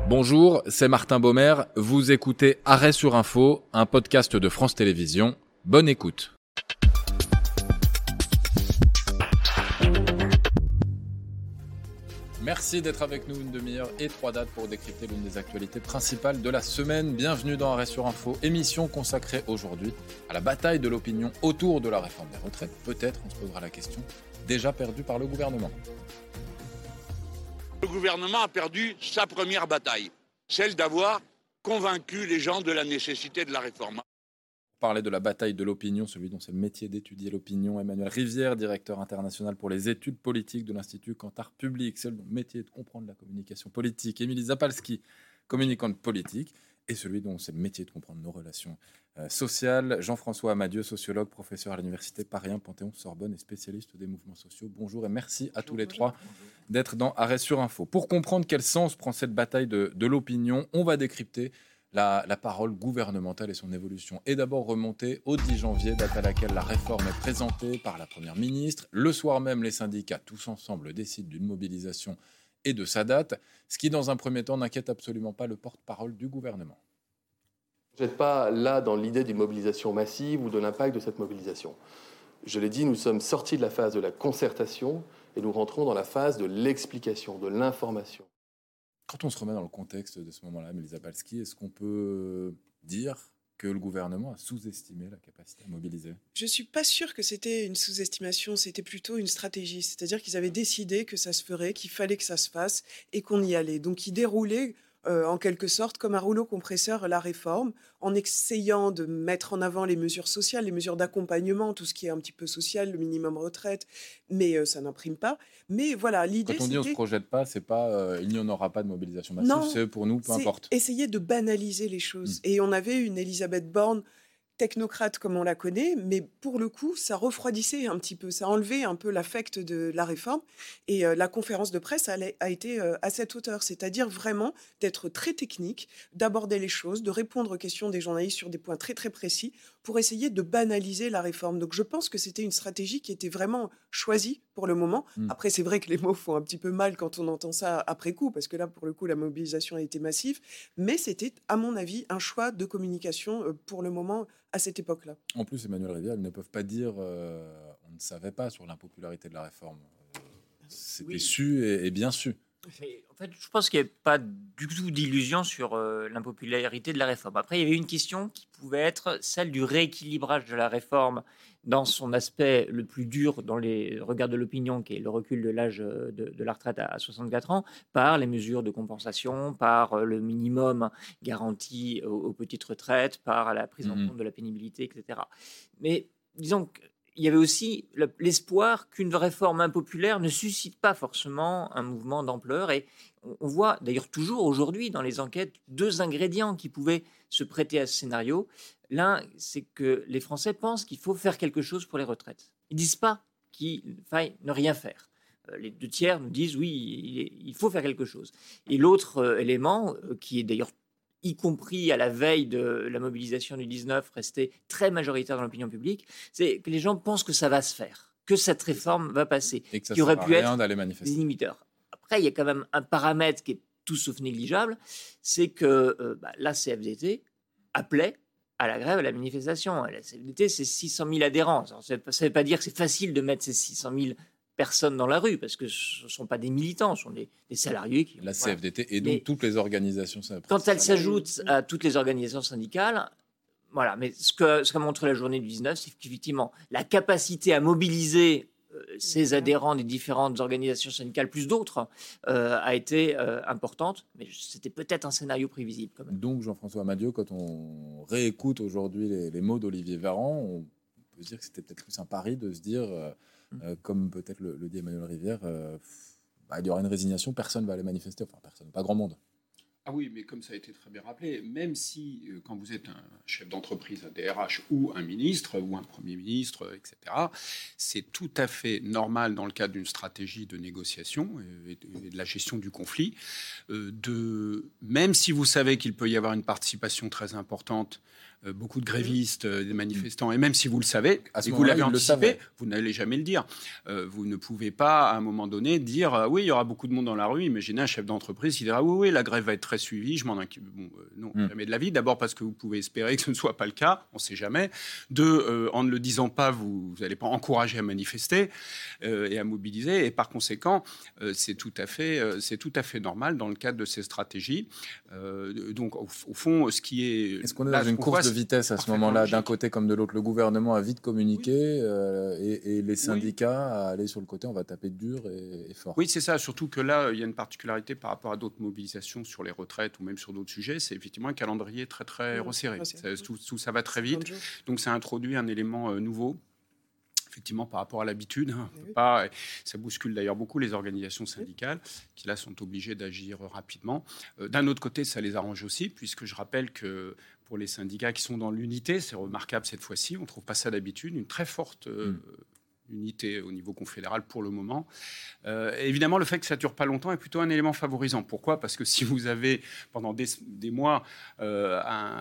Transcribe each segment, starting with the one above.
Bonjour, c'est Martin Baumer. Vous écoutez Arrêt sur Info, un podcast de France Télévisions. Bonne écoute. Merci d'être avec nous une demi-heure et 3 dates pour décrypter l'une des actualités principales de la semaine. Bienvenue dans Arrêt sur Info, émission consacrée aujourd'hui à la bataille de l'opinion autour de la réforme des retraites. Peut-être on se posera la question, déjà perdue par le gouvernement. Le gouvernement a perdu sa première bataille, celle d'avoir convaincu les gens de la nécessité de la réforme. Parler de la bataille de l'opinion, celui dont c'est le métier d'étudier l'opinion. Emmanuel Rivière, directeur international pour les études politiques de l'Institut Cantar Public, c'est le métier de comprendre la communication politique. Émilie Zapalski, communicante politique, et celui dont c'est le métier de comprendre nos relations sociales. Jean-François Amadieu, sociologue, professeur à l'université Paris 1 Panthéon-Sorbonne et spécialiste des mouvements sociaux. Bonjour et merci à tous les trois d'être dans Arrêt sur Info. Pour comprendre quel sens prend cette bataille de l'opinion, on va décrypter la parole gouvernementale et son évolution. Et d'abord remonter au 10 janvier, date à laquelle la réforme est présentée par la Première ministre. Le soir même, les syndicats, tous ensemble, décident d'une mobilisation et de sa date, ce qui, dans un premier temps, n'inquiète absolument pas le porte-parole du gouvernement. Vous n'êtes pas là dans l'idée d'une mobilisation massive ou de l'impact de cette mobilisation. Je l'ai dit, nous sommes sortis de la phase de la concertation et nous rentrons dans la phase de l'explication, de l'information. Quand on se remet dans le contexte de ce moment-là, Émilie Zapalski, est-ce qu'on peut dire que le gouvernement a sous-estimé la capacité à mobiliser ? Je ne suis pas sûre que c'était une sous-estimation, c'était plutôt une stratégie. C'est-à-dire qu'ils avaient décidé que ça se ferait, qu'il fallait que ça se fasse et qu'on y allait. Donc ils déroulaient en quelque sorte comme un rouleau compresseur la réforme, en essayant de mettre en avant les mesures sociales, les mesures d'accompagnement, tout ce qui est un petit peu social, le minimum retraite, mais ça n'imprime pas. Mais voilà, l'idée quand on dit on ne se projette pas, c'est pas il n'y en aura pas de mobilisation massive, non, c'est pour nous, peu importe. Essayer de banaliser les choses. Et on avait une Elisabeth Borne technocrate comme on la connaît, mais pour le coup, ça refroidissait un petit peu, ça enlevait un peu l'affect de la réforme. Et la conférence de presse a été à cette hauteur, c'est-à-dire vraiment d'être très technique, d'aborder les choses, de répondre aux questions des journalistes sur des points très très précis pour essayer de banaliser la réforme. Donc je pense que c'était une stratégie qui était vraiment choisie pour le moment. Après, c'est vrai que les mots font un petit peu mal quand on entend ça après coup, parce que là, pour le coup, la mobilisation a été massive, mais c'était, à mon avis, un choix de communication pour le moment à cette époque-là. En plus, Emmanuel Rivière, ils ne peuvent pas dire on ne savait pas sur l'impopularité de la réforme. C'était su et bien su. Mais en fait, je pense qu'il n'y avait pas du tout d'illusion sur l'impopularité de la réforme. Après, il y avait une question qui pouvait être celle du rééquilibrage de la réforme dans son aspect le plus dur dans les regards de l'opinion, qui est le recul de l'âge de la retraite à 64 ans, par les mesures de compensation, par le minimum garanti aux petites retraites, par la prise en compte de la pénibilité, etc. Mais disons que il y avait aussi l'espoir qu'une réforme impopulaire ne suscite pas forcément un mouvement d'ampleur. Et on voit d'ailleurs toujours aujourd'hui dans les enquêtes 2 ingrédients qui pouvaient se prêter à ce scénario. L'un, c'est que les Français pensent qu'il faut faire quelque chose pour les retraites. Ils ne disent pas qu'il faille ne rien faire. Les 2 tiers nous disent oui, il faut faire quelque chose. Et l'autre élément, qui est d'ailleurs y compris à la veille de la mobilisation du 19, resté très majoritaire dans l'opinion publique, c'est que les gens pensent que ça va se faire, que cette réforme va passer, et que ça qui aurait pu être des limiteurs. Après, il y a quand même un paramètre qui est tout sauf négligeable, c'est que la CFDT appelait à la grève, à la manifestation. La CFDT, c'est 600 000 adhérents. Alors, ça ne veut pas dire que c'est facile de mettre ces 600 000 personnes dans la rue, parce que ce ne sont pas des militants, ce sont des salariés. Qui, la CFDT et donc toutes les organisations syndicales. Quand elles s'ajoutent à toutes les organisations syndicales, voilà. Mais ce qu'a montré la journée du 19, c'est qu'effectivement, la capacité à mobiliser ces adhérents des différentes organisations syndicales, plus d'autres, a été importante, mais c'était peut-être un scénario prévisible quand même. Donc, Jean-François Amadieu, quand on réécoute aujourd'hui les mots d'Olivier Véran, on peut se dire que c'était peut-être plus un pari de se dire... comme peut-être le dit Emmanuel Rivière, il y aura une résignation, personne ne va aller manifester, enfin personne, pas grand monde. Ah oui, mais comme ça a été très bien rappelé, même si quand vous êtes un chef d'entreprise, un DRH ou un ministre ou un Premier ministre, etc., c'est tout à fait normal dans le cadre d'une stratégie de négociation et de la gestion du conflit, même si vous savez qu'il peut y avoir une participation très importante beaucoup de grévistes, des manifestants, et même si vous le savez, et vous moment-là, l'avez ils le anticipé, savaient. vous n'allez jamais le dire. Vous ne pouvez pas, à un moment donné, dire oui, il y aura beaucoup de monde dans la rue. Imaginez un chef d'entreprise qui dira oui, la grève va être très suivie, je m'en inquiète. Bon, non, jamais de la vie. D'abord parce que vous pouvez espérer que ce ne soit pas le cas, on ne sait jamais. Deux, en ne le disant pas, vous n'allez pas encourager à manifester et à mobiliser. Et par conséquent, c'est tout à fait normal dans le cadre de ces stratégies. Donc, au fond, ce qui est... Est-ce qu'on est dans une course de vitesse à ce moment-là, d'un côté comme de l'autre? Le gouvernement a vite communiqué et les syndicats à aller sur le côté, on va taper dur et fort. Oui, c'est ça. Surtout que là, il y a une particularité par rapport à d'autres mobilisations sur les retraites ou même sur d'autres sujets. C'est effectivement un calendrier très, très resserré. Ça va très vite. Donc, ça introduit un élément nouveau. Effectivement, par rapport à l'habitude, ça bouscule d'ailleurs beaucoup les organisations syndicales qui là sont obligées d'agir rapidement. D'un autre côté, ça les arrange aussi, puisque je rappelle que pour les syndicats qui sont dans l'unité, c'est remarquable cette fois-ci, on ne trouve pas ça d'habitude, une très forte unité au niveau confédéral pour le moment. Évidemment, le fait que ça ne dure pas longtemps est plutôt un élément favorisant. Pourquoi ? Parce que si vous avez pendant des mois un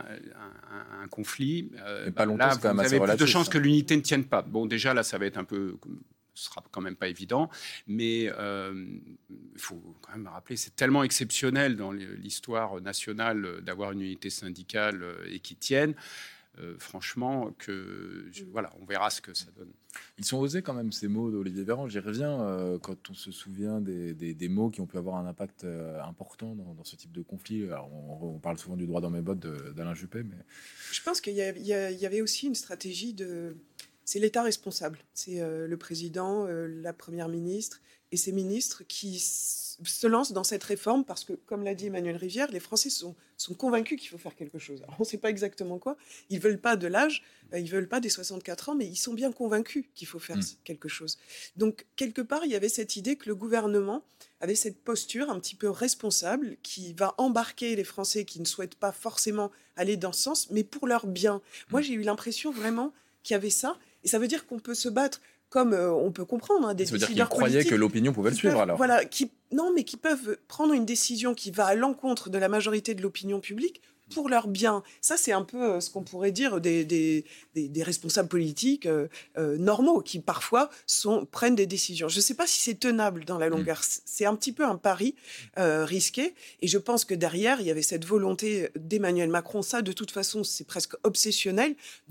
conflit, pas longtemps, là, vous avez plus de chances que l'unité ne tienne pas. Bon, déjà, là, ça va être un peu... Ce sera quand même pas évident, mais il faut quand même rappeler, c'est tellement exceptionnel dans l'histoire nationale d'avoir une unité syndicale et qui tienne. Franchement, voilà, on verra ce que ça donne. Ils sont osés quand même ces mots d'Olivier Véran. J'y reviens quand on se souvient des mots qui ont pu avoir un impact important dans ce type de conflit. Alors, on parle souvent du droit dans mes bottes d'Alain Juppé, mais je pense qu'il y avait aussi une stratégie c'est l'État responsable. C'est le président, la première ministre et ses ministres qui se lancent dans cette réforme parce que, comme l'a dit Emmanuel Rivière, les Français sont convaincus qu'il faut faire quelque chose. Alors, on ne sait pas exactement quoi. Ils ne veulent pas de l'âge, ils ne veulent pas des 64 ans, mais ils sont bien convaincus qu'il faut faire quelque chose. Donc, quelque part, il y avait cette idée que le gouvernement avait cette posture un petit peu responsable qui va embarquer les Français qui ne souhaitent pas forcément aller dans ce sens, mais pour leur bien. Moi, j'ai eu l'impression vraiment qu'il y avait ça. Et ça veut dire qu'on peut se battre comme on peut comprendre des décideurs politiques. Ça veut dire qu'ils croyaient que l'opinion pouvait le suivre alors. Voilà, qui peuvent prendre une décision qui va à l'encontre de la majorité de l'opinion publique pour leur bien. Ça, c'est un peu ce qu'on pourrait dire des responsables politiques normaux qui parfois prennent des décisions. Je ne sais pas si c'est tenable dans la longueur. C'est un petit peu un pari risqué. Et je pense que derrière, il y avait cette volonté d'Emmanuel Macron. Ça, de toute façon, c'est presque obsessionnel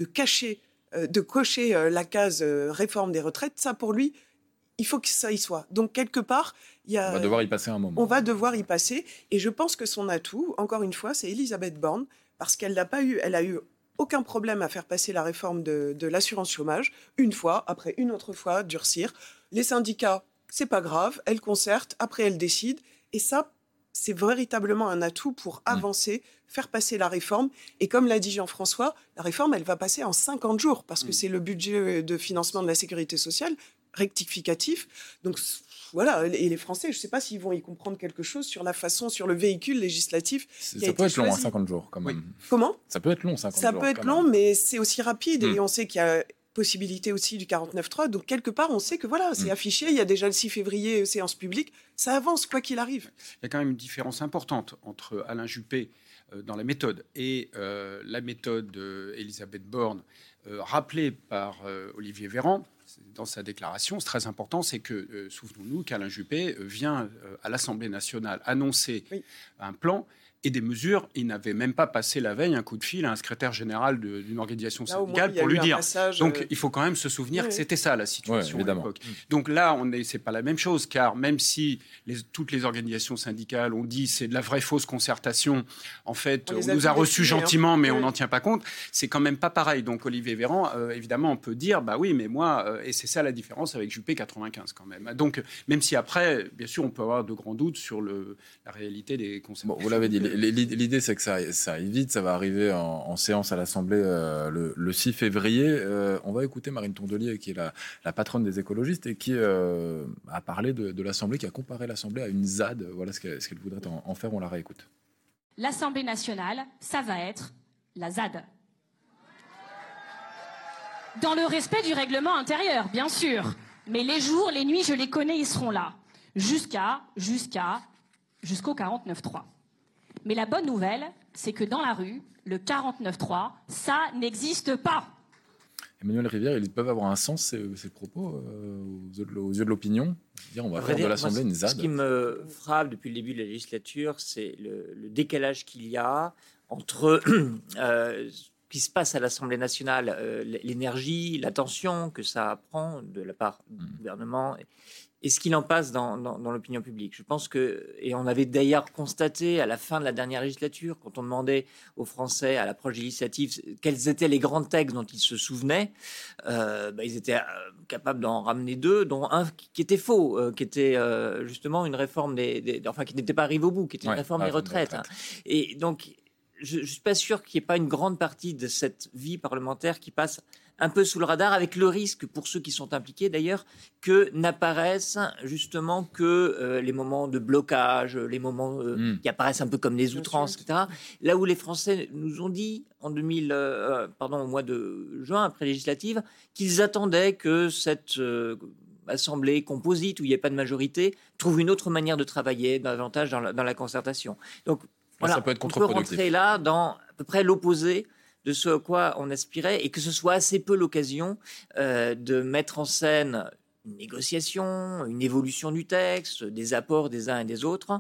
de cocher la case réforme des retraites. Ça, pour lui, il faut que ça y soit. Donc, quelque part, on va devoir y passer un moment. On va devoir y passer. Et je pense que son atout, encore une fois, c'est Elisabeth Borne, parce qu'elle a eu aucun problème à faire passer la réforme de l'assurance chômage, une fois, après une autre fois, durcir. Les syndicats, c'est pas grave, elle concerte, après elle décide. Et ça, c'est véritablement un atout pour avancer, faire passer la réforme. Et comme l'a dit Jean-François, la réforme, elle va passer en 50 jours, parce que c'est le budget de financement de la sécurité sociale rectificatif. Donc voilà, et les Français, je ne sais pas s'ils vont y comprendre quelque chose sur la façon, sur le véhicule législatif. Ça peut être long, 50 jours quand même. Oui. Comment ? Ça peut être long, 50 jours. Ça peut être long, mais c'est aussi rapide. Et on sait qu'il y a possibilité aussi du 49.3. Donc, quelque part, on sait que voilà, c'est affiché. Il y a déjà le 6 février, séance publique. Ça avance, quoi qu'il arrive. Il y a quand même une différence importante entre Alain Juppé dans la méthode et la méthode d'Elisabeth Borne, rappelée par Olivier Véran dans sa déclaration. C'est très important, c'est que, souvenons-nous qu'Alain Juppé vient à l'Assemblée nationale annoncer un plan et des mesures. Il n'avait même pas passé la veille un coup de fil à un secrétaire général d'une organisation syndicale pour lui dire. Donc, il faut quand même se souvenir que c'était ça la situation à l'époque. Donc là, c'est pas la même chose, car même si toutes les organisations syndicales ont dit c'est de la vraie fausse concertation, en fait, on nous a reçus gentiment, mais on n'en tient pas compte, c'est quand même pas pareil. Donc Olivier Véran, évidemment, on peut dire, bah oui, mais moi, et c'est ça la différence avec Juppé 95 quand même. Donc, même si après, bien sûr, on peut avoir de grands doutes sur la réalité des concertations. Bon, vous l'avez dit, l'idée, c'est que ça aille vite. Ça va arriver en séance à l'Assemblée le 6 février. On va écouter Marine Tondelier, qui est la patronne des écologistes et qui a parlé de l'Assemblée, qui a comparé l'Assemblée à une ZAD. Voilà ce qu'elle voudrait en faire. On la réécoute. L'Assemblée nationale, ça va être la ZAD. Dans le respect du règlement intérieur, bien sûr. Mais les jours, les nuits, je les connais, ils seront là. Jusqu'au 49.3. Mais la bonne nouvelle, c'est que dans la rue, le 49.3, ça n'existe pas. Emmanuel Rivière, ils peuvent avoir un sens, ces propos, aux yeux de l'opinion. Dire, on va faire de l'Assemblée une ZAD. Ce qui me frappe depuis le début de la législature, c'est le décalage qu'il y a entre ce qui se passe à l'Assemblée nationale, l'énergie, l'attention que ça prend de la part du gouvernement, et ce qu'il en passe dans l'opinion publique. Je pense que, et on avait d'ailleurs constaté à la fin de la dernière législature, quand on demandait aux Français à l'approche législative quels étaient les grands textes dont ils se souvenaient, ils étaient capables d'en ramener deux, dont un qui était faux, qui était justement une réforme qui n'était pas arrivé au bout, qui était une réforme des retraites. Hein. Et donc, je ne suis pas sûr qu'il n'y ait pas une grande partie de cette vie parlementaire qui passe un peu sous le radar, avec le risque, pour ceux qui sont impliqués d'ailleurs, que n'apparaissent justement que les moments de blocage, les moments qui apparaissent un peu comme les outrances, etc. Là où les Français nous ont dit au mois de juin, après législative, qu'ils attendaient que cette assemblée composite, où il n'y a pas de majorité, trouve une autre manière de travailler, davantage dans la concertation. Donc voilà, ça peut être on peut contre-productif. rentrer là dans à peu près l'opposé de ce à quoi on aspirait, et que ce soit assez peu l'occasion de mettre en scène une négociation, une évolution du texte, des apports des uns et des autres,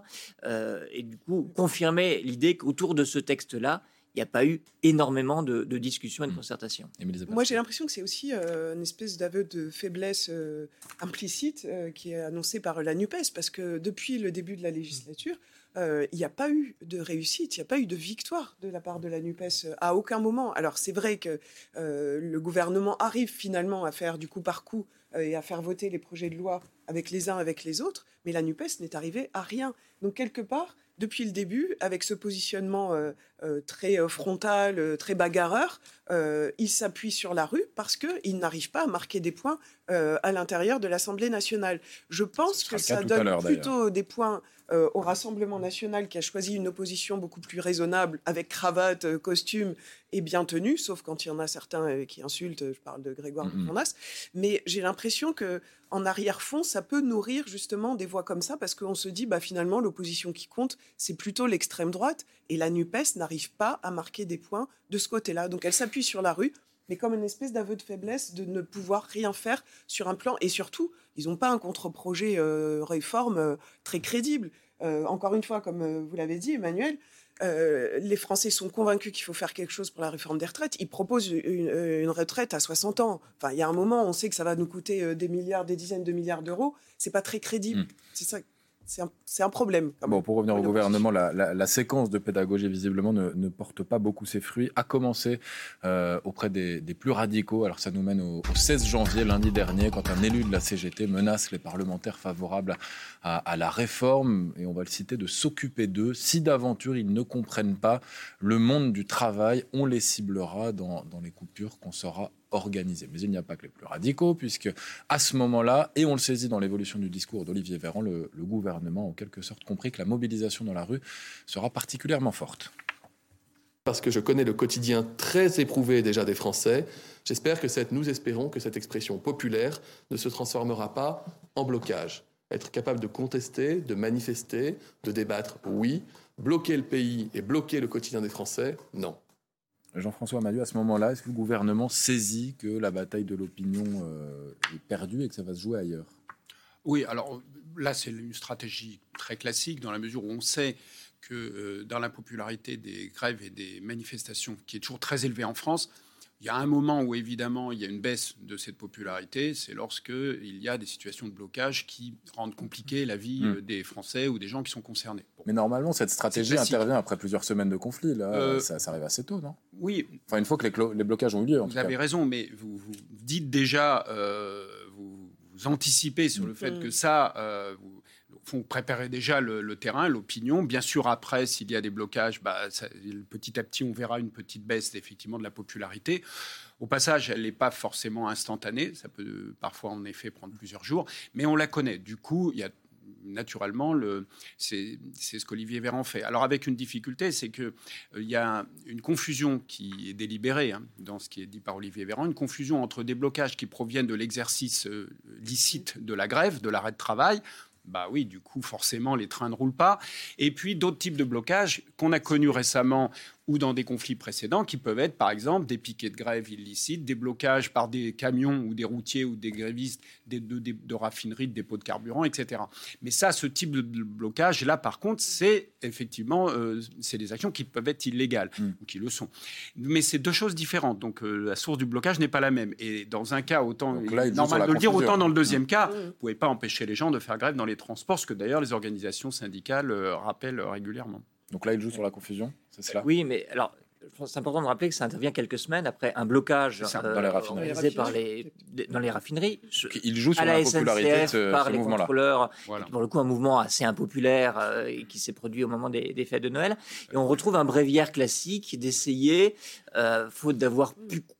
et du coup confirmer l'idée qu'autour de ce texte-là, il n'y a pas eu énormément de discussions et de concertations. Moi, j'ai l'impression que c'est aussi une espèce d'aveu de faiblesse implicite qui est annoncé par la NUPES, parce que depuis le début de la législature, il n'y a pas eu de réussite, il n'y a pas eu de victoire de la part de la NUPES à aucun moment. Alors, c'est vrai que le gouvernement arrive finalement à faire du coup par coup et à faire voter les projets de loi avec les uns, avec les autres, mais la NUPES n'est arrivée à rien. Donc, quelque part, depuis le début, avec ce positionnement très frontal, très bagarreur, il s'appuie sur la rue parce qu'il n'arrive pas à marquer des points à l'intérieur de l'Assemblée nationale. Je pense que ça donne plutôt des points au Rassemblement national, qui a choisi une opposition beaucoup plus raisonnable, avec cravate, costume et bien tenue, sauf quand il y en a certains qui insultent, je parle de Grégoire Fournas. Mais j'ai l'impression qu'en arrière-fond, ça peut nourrir justement des voix comme ça, parce qu'on se dit, finalement, l'opposition qui compte, c'est plutôt l'extrême droite, et la NUPES n'arrive pas à marquer des points de ce côté-là. Donc elle s'appuie sur la rue, mais comme une espèce d'aveu de faiblesse de ne pouvoir rien faire sur un plan. Et surtout, ils n'ont pas un contre-projet réforme très crédible. Encore une fois, comme vous l'avez dit, Emmanuel, les Français sont convaincus qu'il faut faire quelque chose pour la réforme des retraites. Ils proposent une retraite à 60 ans. Enfin, il y a un moment, on sait que ça va nous coûter des dizaines de milliards d'euros. C'est pas très crédible. C'est ça. C'est un problème. Bon, pour revenir au gouvernement, la séquence de pédagogie, visiblement, ne porte pas beaucoup ses fruits, à commencer auprès des plus radicaux. Alors, ça nous mène au 16 janvier, lundi dernier, quand un élu de la CGT menace les parlementaires favorables à la réforme, et on va le citer, de s'occuper d'eux. Si d'aventure ils ne comprennent pas le monde du travail, on les ciblera dans les coupures qu'on saura organisé. Mais il n'y a pas que les plus radicaux, puisque à ce moment-là, et on le saisit dans l'évolution du discours d'Olivier Véran, le gouvernement a en quelque sorte compris que la mobilisation dans la rue sera particulièrement forte. Parce que je connais le quotidien très éprouvé déjà des Français, nous espérons que cette expression populaire ne se transformera pas en blocage. Être capable de contester, de manifester, de débattre, oui. Bloquer le pays et bloquer le quotidien des Français, non. Jean-François Amadieu, à ce moment-là, est-ce que le gouvernement saisit que la bataille de l'opinion est perdue et que ça va se jouer ailleurs ? Oui, alors là, c'est une stratégie très classique, dans la mesure où on sait que dans la popularité des grèves et des manifestations, qui est toujours très élevée en France, il y a un moment où, évidemment, il y a une baisse de cette popularité, c'est lorsqu'il y a des situations de blocage qui rendent compliquée la vie des Français ou des gens qui sont concernés. Bon. Mais normalement, cette stratégie intervient après plusieurs semaines de conflit. Là, ça arrive assez tôt, non ? Oui. Enfin, une fois que les blocages ont eu lieu, en tout cas. Vous avez raison, mais vous dites déjà, vous anticipez sur le fait que ça... vous préparez déjà le terrain, l'opinion. Bien sûr, après, s'il y a des blocages, petit à petit, on verra une petite baisse, effectivement, de la popularité. Au passage, elle n'est pas forcément instantanée. Ça peut parfois, en effet, prendre plusieurs jours. Mais on la connaît. Du coup, il y a naturellement, c'est ce qu'Olivier Véran fait. Alors, avec une difficulté, c'est qu'il y a une confusion qui est délibérée dans ce qui est dit par Olivier Véran, une confusion entre des blocages qui proviennent de l'exercice licite de la grève, de l'arrêt de travail, Bah oui, du coup, forcément, les trains ne roulent pas. Et puis, d'autres types de blocages qu'on a connus récemment ou dans des conflits précédents, qui peuvent être, par exemple, des piquets de grève illicites, des blocages par des camions ou des routiers ou des grévistes de raffineries, de dépôts de carburant, etc. Mais ça, ce type de blocage, là, par contre, c'est effectivement c'est des actions qui peuvent être illégales, ou qui le sont. Mais c'est deux choses différentes. Donc, la source du blocage n'est pas la même. Et dans un cas, autant là, normal de le dire, autant dans le deuxième cas, vous ne pouvez pas empêcher les gens de faire grève dans les transports, ce que d'ailleurs les organisations syndicales rappellent régulièrement. Donc là, il joue sur la confusion, c'est cela? Oui, mais alors, je pense que c'est important de rappeler que ça intervient quelques semaines après un blocage dans les raffineries. organisé dans les raffineries. Il joue sur à la la popularité SNCF, de par ce les mouvement-là. contrôleurs. Voilà. Pour le coup, un mouvement assez impopulaire qui s'est produit au moment des fêtes de Noël. Et on retrouve un bréviaire classique d'essayer, faute d'avoir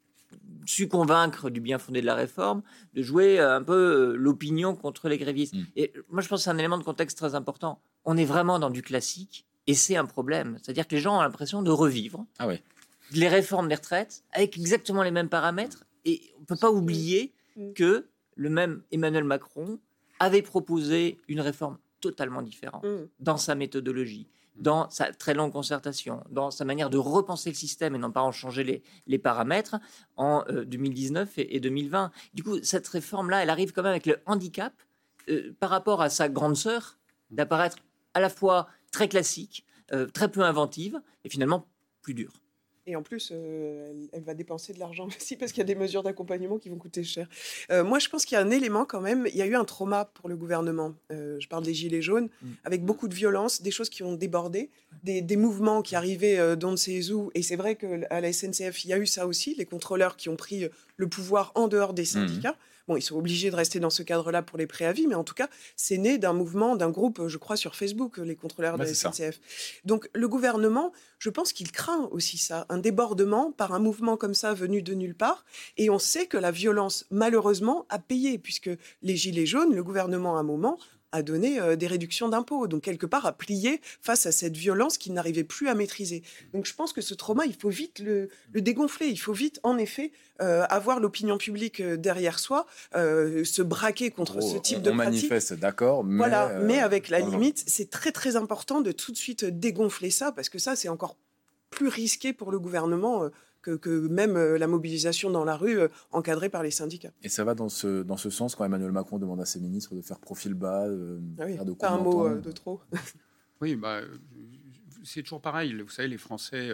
su convaincre du bien fondé de la réforme, de jouer un peu l'opinion contre les grévistes. Et moi, je pense que c'est un élément de contexte très important. On est vraiment dans du classique. Et c'est un problème. C'est-à-dire que les gens ont l'impression de revivre les réformes des retraites avec exactement les mêmes paramètres. Et on ne peut pas oublier que le même Emmanuel Macron avait proposé une réforme totalement différente dans sa méthodologie, dans sa très longue concertation, dans sa manière de repenser le système et non pas en changer les paramètres en 2019 et 2020. Du coup, cette réforme-là, elle arrive quand même avec le handicap par rapport à sa grande sœur d'apparaître à la fois très classique, très peu inventive et finalement plus dure. Et en plus, elle va dépenser de l'argent aussi parce qu'il y a des mesures d'accompagnement qui vont coûter cher. Moi, je pense qu'il y a un élément quand même. Il y a eu un trauma pour le gouvernement. Je parle des Gilets jaunes, avec beaucoup de violence, des choses qui ont débordé, des mouvements qui arrivaient d'on ne sait où. Et c'est vrai qu'à la SNCF, il y a eu ça aussi, les contrôleurs qui ont pris le pouvoir en dehors des syndicats. Bon, ils sont obligés de rester dans ce cadre-là pour les préavis, mais en tout cas, c'est né d'un mouvement, d'un groupe, je crois, sur Facebook, les contrôleurs de la SNCF. Donc, le gouvernement, je pense qu'il craint aussi ça, un débordement par un mouvement comme ça venu de nulle part. Et on sait que la violence, malheureusement, a payé, puisque les Gilets jaunes, le gouvernement, à un moment, a donné des réductions d'impôts. Donc, quelque part, a plié face à cette violence qu'il n'arrivait plus à maîtriser. Donc, je pense que ce trauma, il faut vite le dégonfler. Il faut vite, en effet, avoir l'opinion publique derrière soi, se braquer contre ce type de pratique. On manifeste, d'accord, mais... Voilà, mais avec la limite, c'est très, très important de tout de suite dégonfler ça, parce que ça, c'est encore plus risqué pour le gouvernement que même la mobilisation dans la rue encadrée par les syndicats. Et ça va dans ce sens quand Emmanuel Macron demande à ses ministres de faire profil bas, faire de pas un mot de trop. Oui, c'est toujours pareil. Vous savez, les Français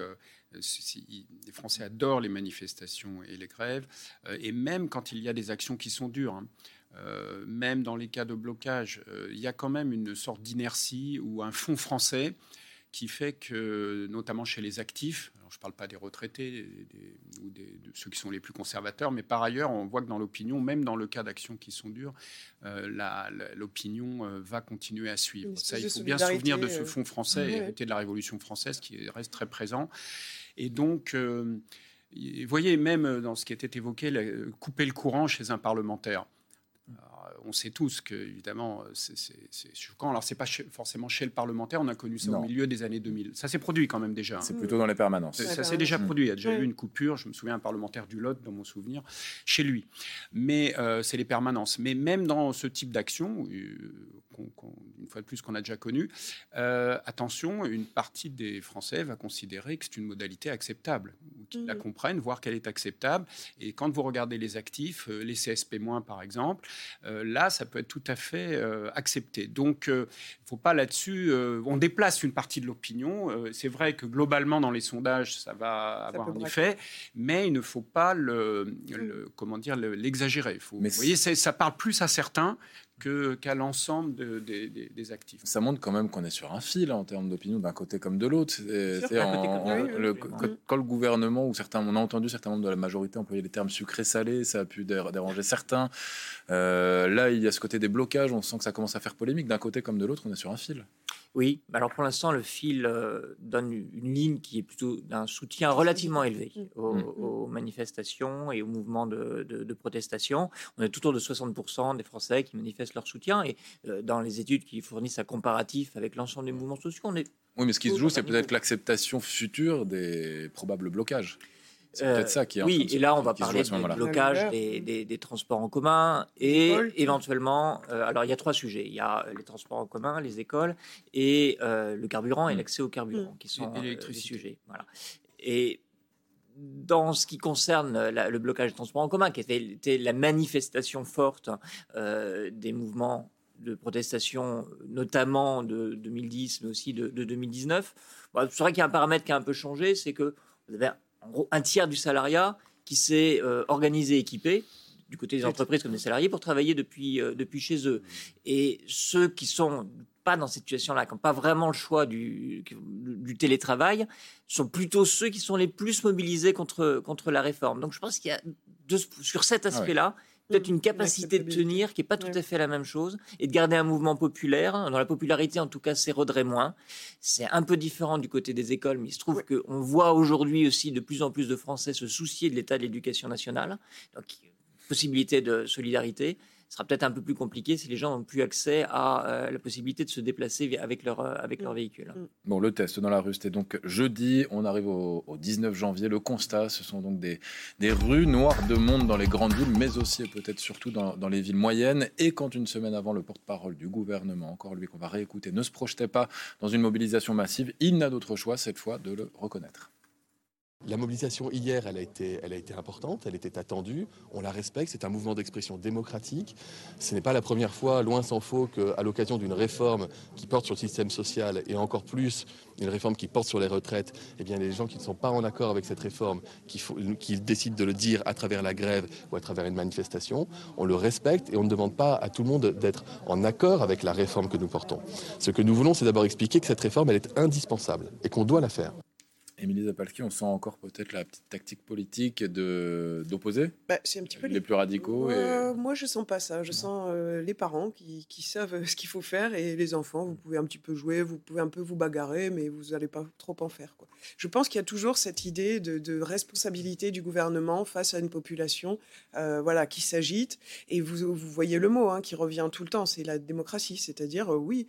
adorent les manifestations et les grèves, et même quand il y a des actions qui sont dures. Même dans les cas de blocage, il y a quand même une sorte d'inertie ou un fond français qui fait que, notamment chez les actifs, alors je ne parle pas des retraités ou de ceux qui sont les plus conservateurs, mais par ailleurs, on voit que dans l'opinion, même dans le cas d'actions qui sont dures, l'opinion va continuer à suivre. Ça, il faut bien se souvenir de ce fond français hérité de la Révolution française qui reste très présent. Et donc, vous voyez, même dans ce qui était évoqué, couper le courant chez un parlementaire. On sait tous que, évidemment, c'est choquant. Alors, ce n'est pas forcément chez le parlementaire. On a connu ça au milieu des années 2000. Ça s'est produit quand même déjà. C'est plutôt dans les permanences. Ça s'est déjà produit. Il y a déjà eu une coupure. Je me souviens, un parlementaire du Lot, dans mon souvenir, chez lui. Mais c'est les permanences. Mais même dans ce type d'action, une fois de plus qu'on a déjà connu, attention, une partie des Français va considérer que c'est une modalité acceptable, ou qu'ils la comprennent, voir qu'elle est acceptable. Et quand vous regardez les actifs, les CSP-, par exemple, là, ça peut être tout à fait accepté. Donc, il ne faut pas là-dessus... on déplace une partie de l'opinion. C'est vrai que globalement, dans les sondages, ça va avoir un effet, mais il ne faut pas l'exagérer. Vous voyez, ça parle plus à certains qu'à l'ensemble des actifs. Ça montre quand même qu'on est sur un fil en termes d'opinion d'un côté comme de l'autre. Quand le gouvernement ou certains, on a entendu certains membres de la majorité employer les termes sucré-salé, ça a pu déranger certains. Là, il y a ce côté des blocages, on sent que ça commence à faire polémique. D'un côté comme de l'autre, on est sur un fil. Oui, alors pour l'instant, le fil donne une ligne qui est plutôt d'un soutien relativement élevé aux manifestations et aux mouvements de protestation. On est tout autour de 60% des Français qui manifestent leur soutien. Et dans les études qui fournissent un comparatif avec l'ensemble des mouvements sociaux, on est... Oui, mais ce qui se joue, c'est peut-être l'acceptation future des probables blocages. C'est peut-être ça qui est oui, et là, on va qui se joue parler à ce moment-là. du blocage des transports en commun et éventuellement, alors il y a 3 sujets. Il y a les transports en commun, les écoles et le carburant et l'accès au carburant qui sont Et les l'électricité. sujets. Voilà. Et dans ce qui concerne le blocage des transports en commun, qui était la manifestation forte des mouvements de protestation, notamment de 2010, mais aussi de 2019, c'est vrai qu'il y a un paramètre qui a un peu changé, c'est que vous avez en gros un tiers du salariat qui s'est organisé, équipé, du côté des entreprises comme des salariés, pour travailler depuis chez eux. Et ceux qui sont pas dans cette situation-là, qui n'ont pas vraiment le choix du télétravail, sont plutôt ceux qui sont les plus mobilisés contre la réforme. Donc je pense qu'il y a, sur cet aspect-là, peut-être une capacité de tenir qui n'est pas tout à fait la même chose, et de garder un mouvement populaire, dont la popularité en tout cas s'éroderait moins. C'est un peu différent du côté des écoles, mais il se trouve qu'on voit aujourd'hui aussi de plus en plus de Français se soucier de l'état de l'éducation nationale, donc possibilité de solidarité. Ce sera peut-être un peu plus compliqué si les gens n'ont plus accès à la possibilité de se déplacer avec leur véhicule. Bon, le test dans la rue, c'était donc jeudi. On arrive au 19 janvier. Le constat, ce sont donc des rues noires de monde dans les grandes villes, mais aussi et peut-être surtout dans les villes moyennes. Et quand une semaine avant, le porte-parole du gouvernement, encore lui qu'on va réécouter, ne se projetait pas dans une mobilisation massive, il n'a d'autre choix cette fois de le reconnaître. La mobilisation hier, elle a été importante, elle était attendue, on la respecte, c'est un mouvement d'expression démocratique. Ce n'est pas la première fois, loin s'en faut, qu'à l'occasion d'une réforme qui porte sur le système social et encore plus une réforme qui porte sur les retraites, eh bien les gens qui ne sont pas en accord avec cette réforme, qui décident de le dire à travers la grève ou à travers une manifestation, on le respecte et on ne demande pas à tout le monde d'être en accord avec la réforme que nous portons. Ce que nous voulons, c'est d'abord expliquer que cette réforme, elle est indispensable et qu'on doit la faire. Émilie Zapalski, on sent encore peut-être la petite tactique politique d'opposer c'est un petit peu les plus radicaux. Moi, je sens pas ça. Je sens les parents qui savent ce qu'il faut faire et les enfants, vous pouvez un petit peu jouer, vous pouvez un peu vous bagarrer, mais vous n'allez pas trop en faire, quoi. Je pense qu'il y a toujours cette idée de responsabilité du gouvernement face à une population qui s'agite. Et vous voyez le mot qui revient tout le temps, c'est la démocratie. C'est-à-dire,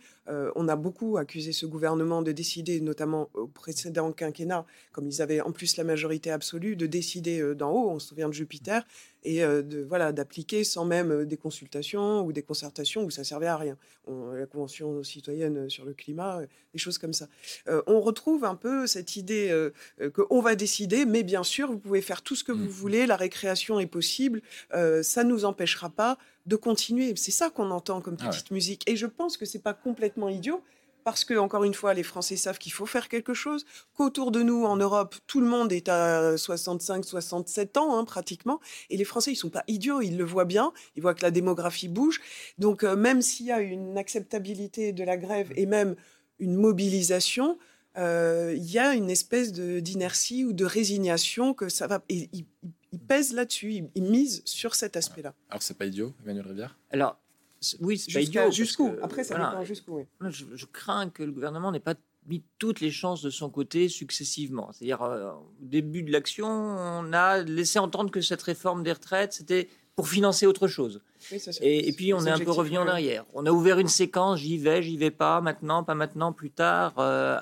on a beaucoup accusé ce gouvernement de décider, notamment au précédent quinquennat, comme ils avaient en plus la majorité absolue, de décider d'en haut, on se souvient de Jupiter, et d'appliquer sans même des consultations ou des concertations où ça servait à rien. La Convention citoyenne sur le climat, des choses comme ça. On retrouve un peu cette idée qu'on va décider, mais bien sûr, vous pouvez faire tout ce que vous voulez, la récréation est possible, ça ne nous empêchera pas de continuer. C'est ça qu'on entend comme petite musique. Et je pense que c'est pas complètement idiot, parce que, encore une fois, les Français savent qu'il faut faire quelque chose, qu'autour de nous, en Europe, tout le monde est à 65, 67 ans, pratiquement, et les Français, ils sont pas idiots, ils le voient bien, ils voient que la démographie bouge, donc même s'il y a une acceptabilité de la grève et même une mobilisation, il y a une espèce d'inertie ou de résignation que ça va... Et ils pèsent là-dessus, ils misent sur cet aspect-là. Alors, c'est pas idiot, Emmanuel Rivière ? Alors, oui, c'est pas idiot. Jusqu'où ? Après, ça dépend jusqu'où. Oui. Je crains que le gouvernement n'ait pas mis toutes les chances de son côté successivement. C'est-à-dire, au début de l'action, on a laissé entendre que cette réforme des retraites, c'était pour financer autre chose. Oui, et puis, on est un peu revenu en arrière. On a ouvert une séquence, j'y vais pas maintenant, pas maintenant, plus tard,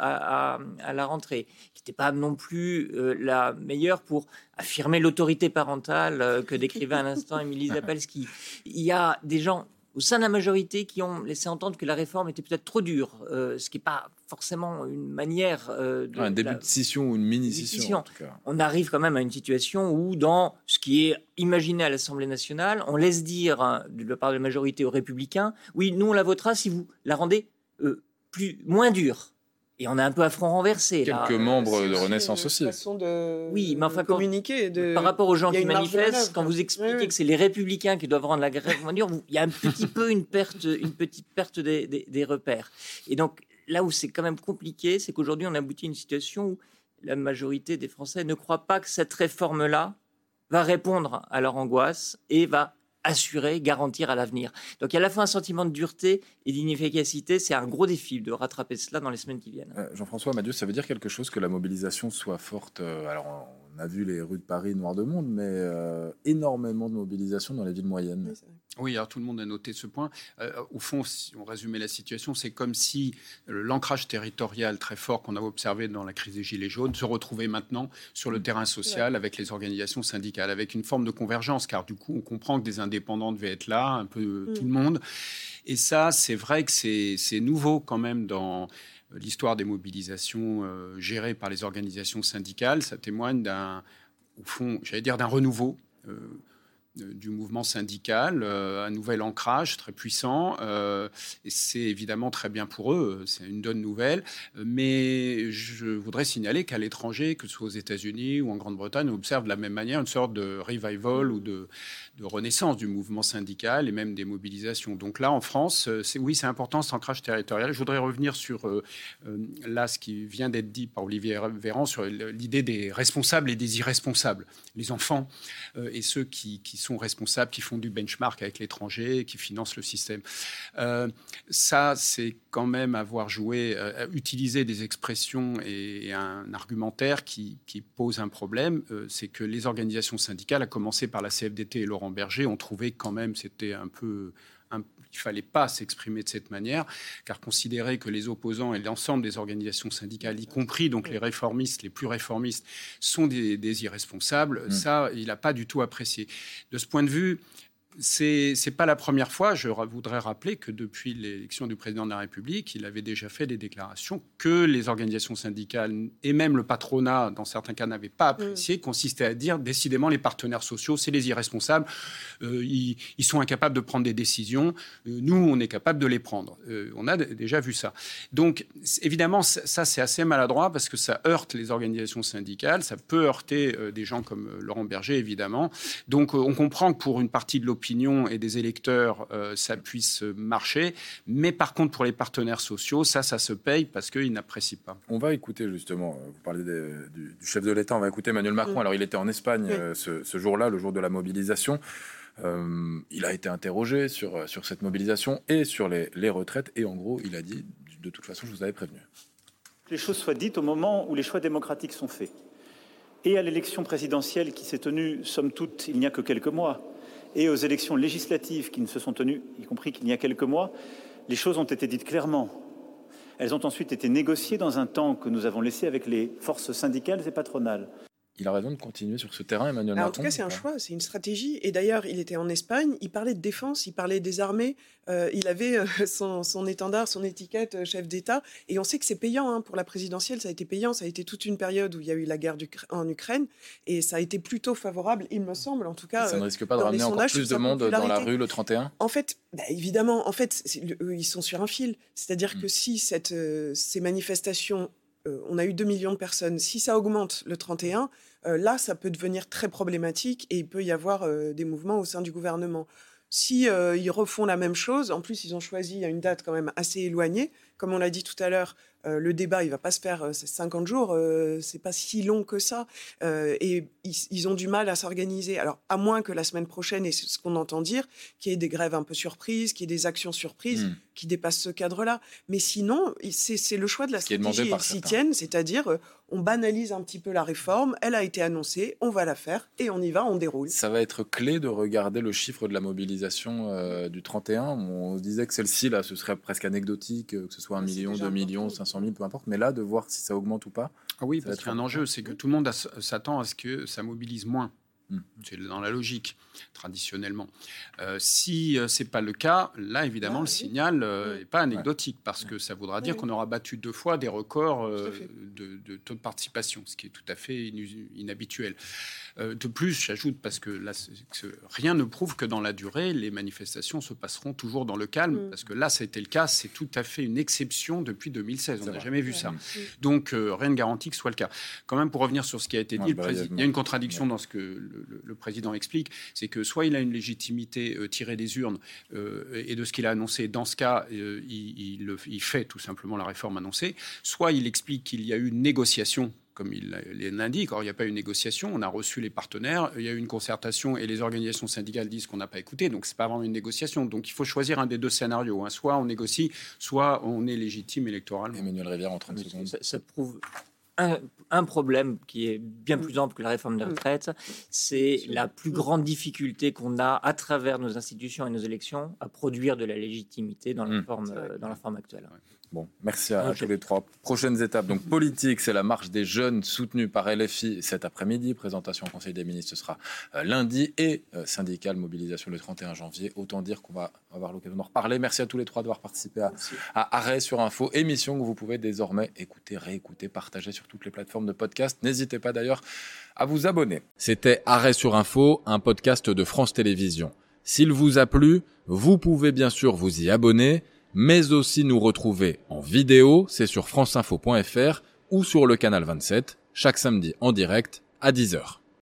à la rentrée, qui n'était pas non plus la meilleure pour affirmer l'autorité parentale que décrivait à l'instant Émilie Zapalski. Il y a des gens au sein de la majorité qui ont laissé entendre que la réforme était peut-être trop dure, ce qui n'est pas forcément une manière un début de scission ou une mini-scission, en tout cas. On arrive quand même à une situation où, dans ce qui est imaginé à l'Assemblée nationale, on laisse dire de la part de la majorité aux Républicains, oui, nous on la votera si vous la rendez moins dure. Et on a un peu à front renversé. Quelques membres de Renaissance aussi. Façon de oui, mais enfin, communiquer. Par rapport aux gens qui manifestent, quand vous expliquez que c'est les Républicains qui doivent rendre la grève moins dure, il y a un petit peu une petite perte des repères. Et donc, là où c'est quand même compliqué, c'est qu'aujourd'hui, on aboutit à une situation où la majorité des Français ne croient pas que cette réforme-là va répondre à leur angoisse et va assurer, garantir à l'avenir. Donc il y a à la fois un sentiment de dureté et d'inefficacité. C'est un gros défi de rattraper cela dans les semaines qui viennent. Jean-François Madieu, ça veut dire quelque chose que la mobilisation soit forte. Alors on a vu les rues de Paris noires de monde, mais énormément de mobilisation dans les villes moyennes. Oui, c'est vrai. Oui, alors tout le monde a noté ce point. Au fond, si on résumait la situation, c'est comme si l'ancrage territorial très fort qu'on a observé dans la crise des Gilets jaunes se retrouvait maintenant sur le terrain social avec les organisations syndicales, avec une forme de convergence, car du coup, on comprend que des indépendants devaient être là, un peu tout le monde. Et ça, c'est vrai que c'est nouveau quand même dans l'histoire des mobilisations gérées par les organisations syndicales. Ça témoigne au fond, j'allais dire d'un renouveau du mouvement syndical, un nouvel ancrage très puissant. Et c'est évidemment très bien pour eux, c'est une bonne nouvelle. Mais je voudrais signaler qu'à l'étranger, que ce soit aux États-Unis ou en Grande-Bretagne, on observe de la même manière une sorte de revival ou de renaissance du mouvement syndical et même des mobilisations. Donc là, en France, c'est important cet ancrage territorial. Je voudrais revenir sur là ce qui vient d'être dit par Olivier Véran sur l'idée des responsables et des irresponsables, les enfants et ceux qui sont responsables, qui font du benchmark avec l'étranger, qui financent le système. Ça, c'est quand même avoir utilisé des expressions et un argumentaire qui pose un problème. C'est que les organisations syndicales, à commencer par la CFDT et Laurent Berger, ont trouvé quand même, c'était un peu... il ne fallait pas s'exprimer de cette manière, car considérer que les opposants et l'ensemble des organisations syndicales, y compris donc les réformistes, les plus réformistes, sont des irresponsables, ça, il n'a pas du tout apprécié. De ce point de vue, c'est pas la première fois. Je voudrais rappeler que depuis l'élection du président de la République, il avait déjà fait des déclarations que les organisations syndicales et même le patronat, dans certains cas, n'avaient pas apprécié, consistait à dire décidément les partenaires sociaux, c'est les irresponsables, ils sont incapables de prendre des décisions, nous, on est capable de les prendre. On a déjà vu ça. Donc, évidemment, ça, c'est assez maladroit parce que ça heurte les organisations syndicales, ça peut heurter des gens comme Laurent Berger, évidemment. Donc, on comprend que pour une partie de l'opinion et des électeurs, ça puisse marcher. Mais par contre, pour les partenaires sociaux, ça se paye parce qu'ils n'apprécient pas. On va écouter justement, vous parlez du chef de l'État, on va écouter Emmanuel Macron. Alors, il était en Espagne ce jour-là, le jour de la mobilisation. Il a été interrogé sur cette mobilisation et sur les retraites. Et en gros, il a dit, de toute façon, je vous avais prévenu. Que les choses soient dites au moment où les choix démocratiques sont faits. Et à l'élection présidentielle qui s'est tenue, somme toute, il n'y a que quelques mois, et aux élections législatives qui ne se sont tenues, y compris qu'il y a quelques mois, les choses ont été dites clairement. Elles ont ensuite été négociées dans un temps que nous avons laissé avec les forces syndicales et patronales. Il a raison de continuer sur ce terrain, Emmanuel Macron. En tout cas, c'est un choix, c'est une stratégie. Et d'ailleurs, il était en Espagne, il parlait de défense, il parlait des armées, il avait son étendard, son étiquette chef d'État. Et on sait que c'est payant pour la présidentielle, ça a été payant. Ça a été toute une période où il y a eu la guerre en Ukraine. Et ça a été plutôt favorable, il me semble, en tout cas. Ça ne risque pas de ramener encore plus de monde dans la rue le 31 ? En fait, évidemment, eux, ils sont sur un fil. C'est-à-dire que si ces manifestations... on a eu 2 millions de personnes. Si ça augmente le 31, là, ça peut devenir très problématique et il peut y avoir des mouvements au sein du gouvernement. Si ils refont la même chose, en plus, ils ont choisi à une date quand même assez éloignée. Comme on l'a dit tout à l'heure, le débat, il ne va pas se faire 50 jours. C'est pas si long que ça. Et ils ont du mal à s'organiser. Alors, à moins que la semaine prochaine, et c'est ce qu'on entend dire, qu'il y ait des grèves un peu surprises, qu'il y ait des actions surprises qui dépassent ce cadre-là. Mais sinon, c'est le choix de la stratégie. Ils s'y tiennent, c'est-à-dire on banalise un petit peu la réforme. Elle a été annoncée, on va la faire et on y va, on déroule. Ça va être clé de regarder le chiffre de la mobilisation du 31. On se disait que celle-ci, là, ce serait presque anecdotique, que ce soit 1 million, 2 millions, 500 000, peu importe. Mais là, de voir si ça augmente ou pas. Ah oui, parce qu'il y a un enjeu, c'est que tout le monde s'attend à ce que ça mobilise moins. C'est dans la logique, traditionnellement. Si ce n'est pas le cas, là, évidemment, le signal n'est pas anecdotique, parce que ça voudra dire qu'on aura battu 2 fois des records de taux de participation, ce qui est tout à fait inhabituel. De plus, j'ajoute, parce que là, rien ne prouve que dans la durée, les manifestations se passeront toujours dans le calme, parce que là, ça a été le cas, c'est tout à fait une exception depuis 2016. On n'a jamais vu ça. Donc, rien ne garantit que ce soit le cas. Quand même, pour revenir sur ce qui a été dit, il y a une contradiction dans ce que le président explique, c'est que soit il a une légitimité tirée des urnes et de ce qu'il a annoncé, dans ce cas, il fait tout simplement la réforme annoncée, soit il explique qu'il y a eu une négociation, comme il l'indique. Or, il n'y a pas eu une négociation, on a reçu les partenaires, il y a eu une concertation et les organisations syndicales disent qu'on n'a pas écouté, donc ce n'est pas vraiment une négociation. Donc il faut choisir un des 2 scénarios, soit on négocie, soit on est légitime électoralement. Emmanuel Rivière en 30 secondes. Ça prouve un problème qui est bien plus ample que la réforme des retraites, c'est la plus grande difficulté qu'on a à travers nos institutions et nos élections à produire de la légitimité dans la forme actuelle. Bon, merci à tous les trois. Prochaines étapes. Donc, politique, c'est la marche des jeunes soutenue par LFI cet après-midi. Présentation au Conseil des ministres, ce sera lundi. Et syndicale, mobilisation le 31 janvier. Autant dire qu'on va avoir l'occasion d'en reparler. Merci à tous les trois d'avoir participé à Arrêt sur Info, émission que vous pouvez désormais écouter, réécouter, partager sur toutes les plateformes de podcast. N'hésitez pas d'ailleurs à vous abonner. C'était Arrêt sur Info, un podcast de France Télévisions. S'il vous a plu, vous pouvez bien sûr vous y abonner, mais aussi nous retrouver en vidéo, c'est sur franceinfo.fr ou sur le canal 27, chaque samedi en direct à 10h.